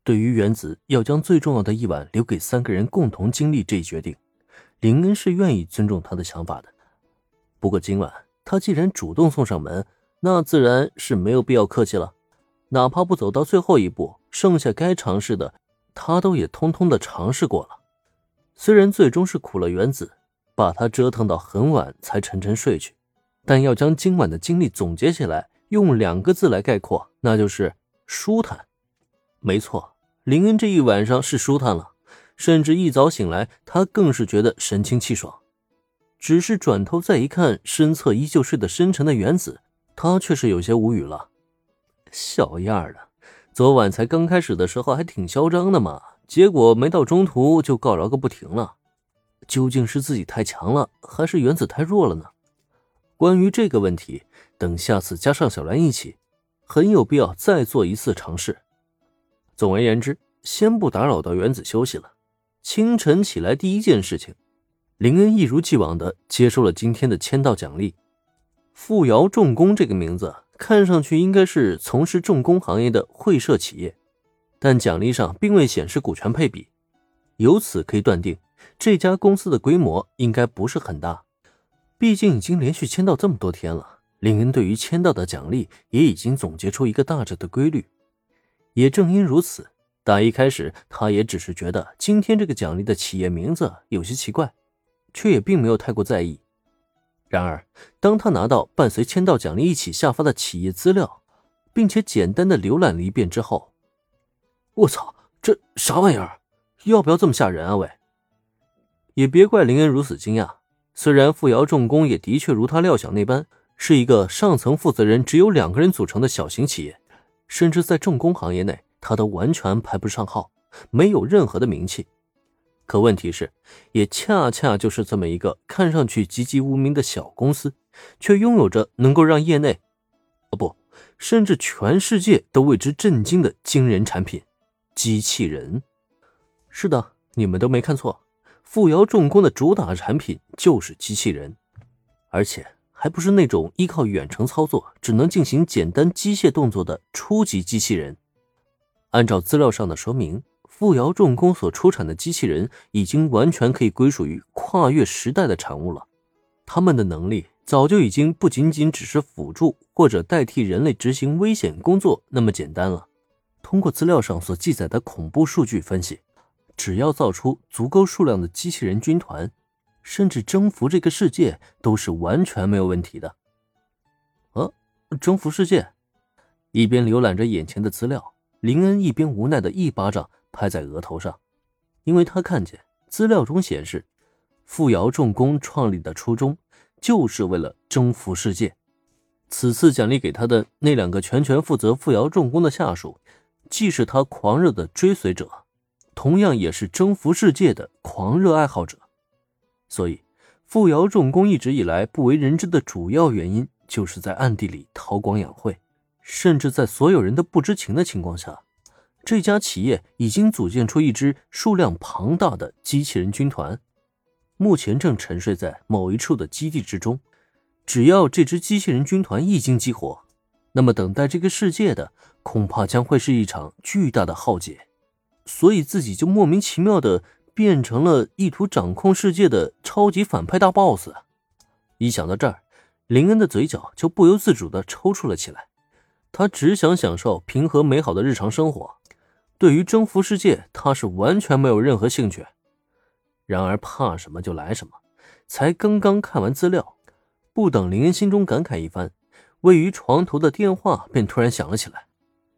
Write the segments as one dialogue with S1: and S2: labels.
S1: 对于原子要将最重要的一晚留给3个人共同经历这一决定，林恩是愿意尊重他的想法的。不过今晚他既然主动送上门，那自然是没有必要客气了。哪怕不走到最后一步，剩下该尝试的他都也通通的尝试过了。虽然最终是苦了原子，把他折腾到很晚才沉沉睡去，但要将今晚的经历总结起来，用2个字来概括，那就是舒坦。没错，林恩这一晚上是舒坦了，甚至一早醒来他更是觉得神清气爽。只是转头再一看身侧依旧睡得深沉的原子，他却是有些无语了。小样的，昨晚才刚开始的时候还挺嚣张的嘛，结果没到中途就告饶个不停了。究竟是自己太强了，还是原子太弱了呢？关于这个问题，等下次加上小兰一起，很有必要再做一次尝试。总而言之，先不打扰到原子休息了。清晨起来第一件事情，林恩一如既往地接受了今天的签到奖励。富瑶重工这个名字看上去应该是从事重工行业的会社企业，但奖励上并未显示股权配比，由此可以断定这家公司的规模应该不是很大。毕竟已经连续签到这么多天了，林恩对于签到的奖励也已经总结出一个大致的规律。也正因如此，打一开始他也只是觉得今天这个奖励的企业名字有些奇怪，却也并没有太过在意。然而当他拿到伴随签到奖励一起下发的企业资料，并且简单的浏览了一遍之后，我操，这啥玩意儿？要不要这么吓人啊喂？也别怪林恩如此惊讶，虽然富瑶重工也的确如他料想那般是一个上层负责人只有2个人组成的小型企业，甚至在重工行业内他都完全排不上号，没有任何的名气。可问题是，也恰恰就是这么一个看上去籍籍无名的小公司，却拥有着能够让业内甚至全世界都为之震惊的惊人产品——机器人。是的，你们都没看错，富瑶重工的主打产品就是机器人，而且还不是那种依靠远程操作只能进行简单机械动作的初级机器人。按照资料上的说明，富瑶重工所出产的机器人已经完全可以归属于跨越时代的产物了。他们的能力早就已经不仅仅只是辅助或者代替人类执行危险工作那么简单了。通过资料上所记载的恐怖数据分析，只要造出足够数量的机器人军团，甚至征服这个世界都是完全没有问题的。征服世界？一边浏览着眼前的资料，林恩一边无奈的一巴掌拍在额头上，因为他看见资料中显示，富瑶重工创立的初衷就是为了征服世界。此次奖励给他的那2个全权负责富瑶重工的下属，既是他狂热的追随者，同样也是征服世界的狂热爱好者。所以富瑶重工一直以来不为人知的主要原因，就是在暗地里韬光养晦，甚至在所有人都不知情的情况下，这家企业已经组建出一支数量庞大的机器人军团，目前正沉睡在某一处的基地之中。只要这支机器人军团一经激活，那么等待这个世界的恐怕将会是一场巨大的浩劫。所以自己就莫名其妙的变成了意图掌控世界的超级反派大 boss。 一想到这儿，林恩的嘴角就不由自主地抽搐了起来。他只想享受平和美好的日常生活，对于征服世界他是完全没有任何兴趣。然而怕什么就来什么，才刚刚看完资料，不等林恩心中感慨一番，位于床头的电话便突然响了起来。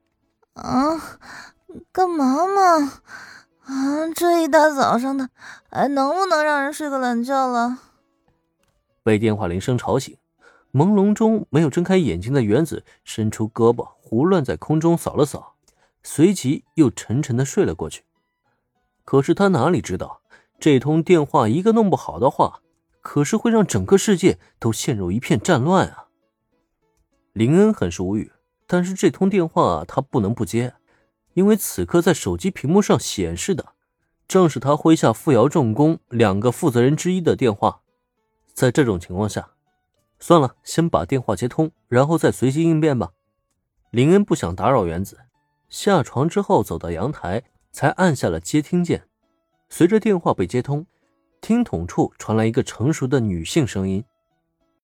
S2: 干嘛嘛？这一大早上的，还能不能让人睡个懒觉了？
S1: 被电话铃声吵醒，朦胧中没有睁开眼睛的原子伸出胳膊胡乱在空中扫了扫，随即又沉沉地睡了过去。可是他哪里知道，这通电话一个弄不好的话，可是会让整个世界都陷入一片战乱啊！林恩很是无语，但是这通电话他不能不接，因为此刻在手机屏幕上显示的正是他麾下富瑶重工2个负责人之一的电话。在这种情况下，算了，先把电话接通，然后再随机应变吧。林恩不想打扰原子， 下床之后走到阳台，才按下了接听键。随着电话被接通，听筒处传来一个成熟的女性声音：“